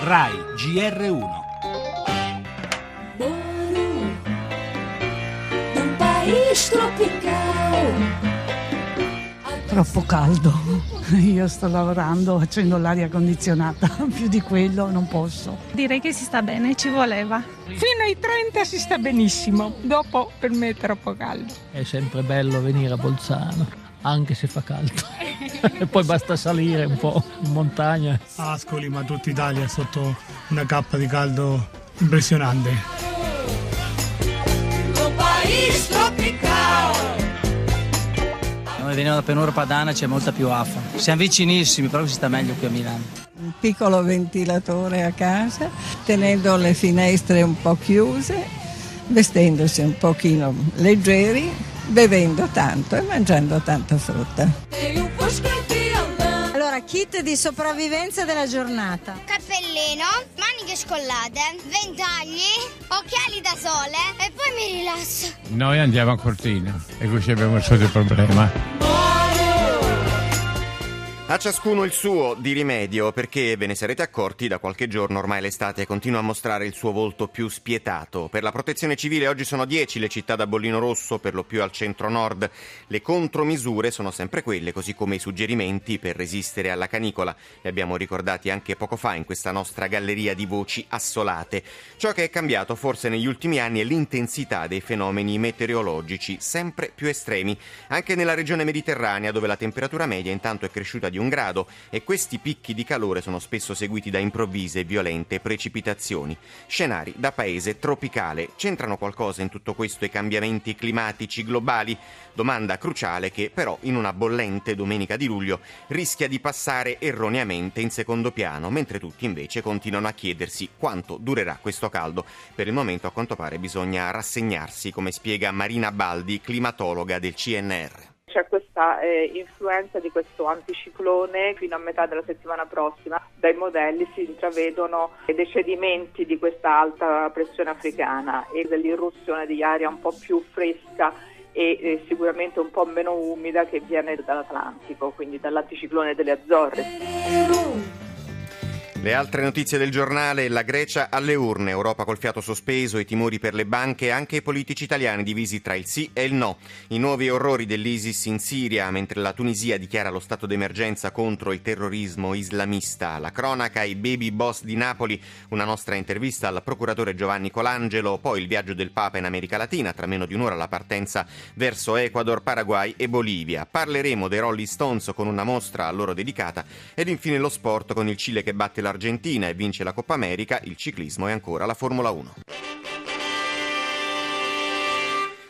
Rai GR1. Troppo caldo. Io sto lavorando facendo l'aria condizionata, più di quello non posso. Direi che si sta bene, ci voleva. Fino ai 30 si sta benissimo, dopo per me è troppo caldo. È sempre bello venire a Bolzano, anche se fa caldo. E poi basta salire un po' in montagna. Ascoli, ma tutta Italia sotto una cappa di caldo impressionante. Noi veniamo da Pianura Padana, c'è molta più affa. Siamo vicinissimi, però si sta meglio qui a Milano. Un piccolo ventilatore a casa, tenendo le finestre un po' chiuse, vestendosi un pochino leggeri, bevendo tanto e mangiando tanta frutta. Allora, kit di sopravvivenza della giornata. Cappellino, maniche scollate, ventagli, occhiali da sole e poi mi rilasso. Noi andiamo a Cortina e così abbiamo il solito problema. A ciascuno il suo di rimedio, perché ve ne sarete accorti, da qualche giorno ormai l'estate continua a mostrare il suo volto più spietato. Per la protezione civile oggi sono 10 le città da bollino rosso, per lo più al centro-nord. Le contromisure sono sempre quelle, così come i suggerimenti per resistere alla canicola. Li abbiamo ricordati anche poco fa in questa nostra galleria di voci assolate. Ciò che è cambiato forse negli ultimi anni è l'intensità dei fenomeni meteorologici, sempre più estremi. Anche nella regione mediterranea, dove la temperatura media intanto è cresciuta di 1 grado e questi picchi di calore sono spesso seguiti da improvvise e violente precipitazioni. Scenari da paese tropicale. C'entrano qualcosa in tutto questo i cambiamenti climatici globali? Domanda cruciale che però in una bollente domenica di luglio rischia di passare erroneamente in secondo piano, mentre tutti invece continuano a chiedersi quanto durerà questo caldo. Per il momento a quanto pare bisogna rassegnarsi, come spiega Marina Baldi, climatologa del CNR. C'è questa influenza di questo anticiclone fino a metà della settimana prossima. Dai modelli si intravedono dei cedimenti di questa alta pressione africana e dell'irruzione di aria un po' più fresca e sicuramente un po' meno umida che viene dall'Atlantico, quindi dall'anticiclone delle Azzorre. Le altre notizie del giornale: la Grecia alle urne, Europa col fiato sospeso, i timori per le banche e anche i politici italiani divisi tra il sì e il no. I nuovi orrori dell'ISIS in Siria, mentre la Tunisia dichiara lo stato d'emergenza contro il terrorismo islamista. La cronaca, i baby boss di Napoli, una nostra intervista al procuratore Giovanni Colangelo, poi il viaggio del Papa in America Latina, tra meno di un'ora la partenza verso Ecuador, Paraguay e Bolivia. Parleremo dei Rolling Stones con una mostra a loro dedicata ed infine lo sport con il Cile che batte l'Argentina e vince la Coppa America, il ciclismo e ancora la Formula 1.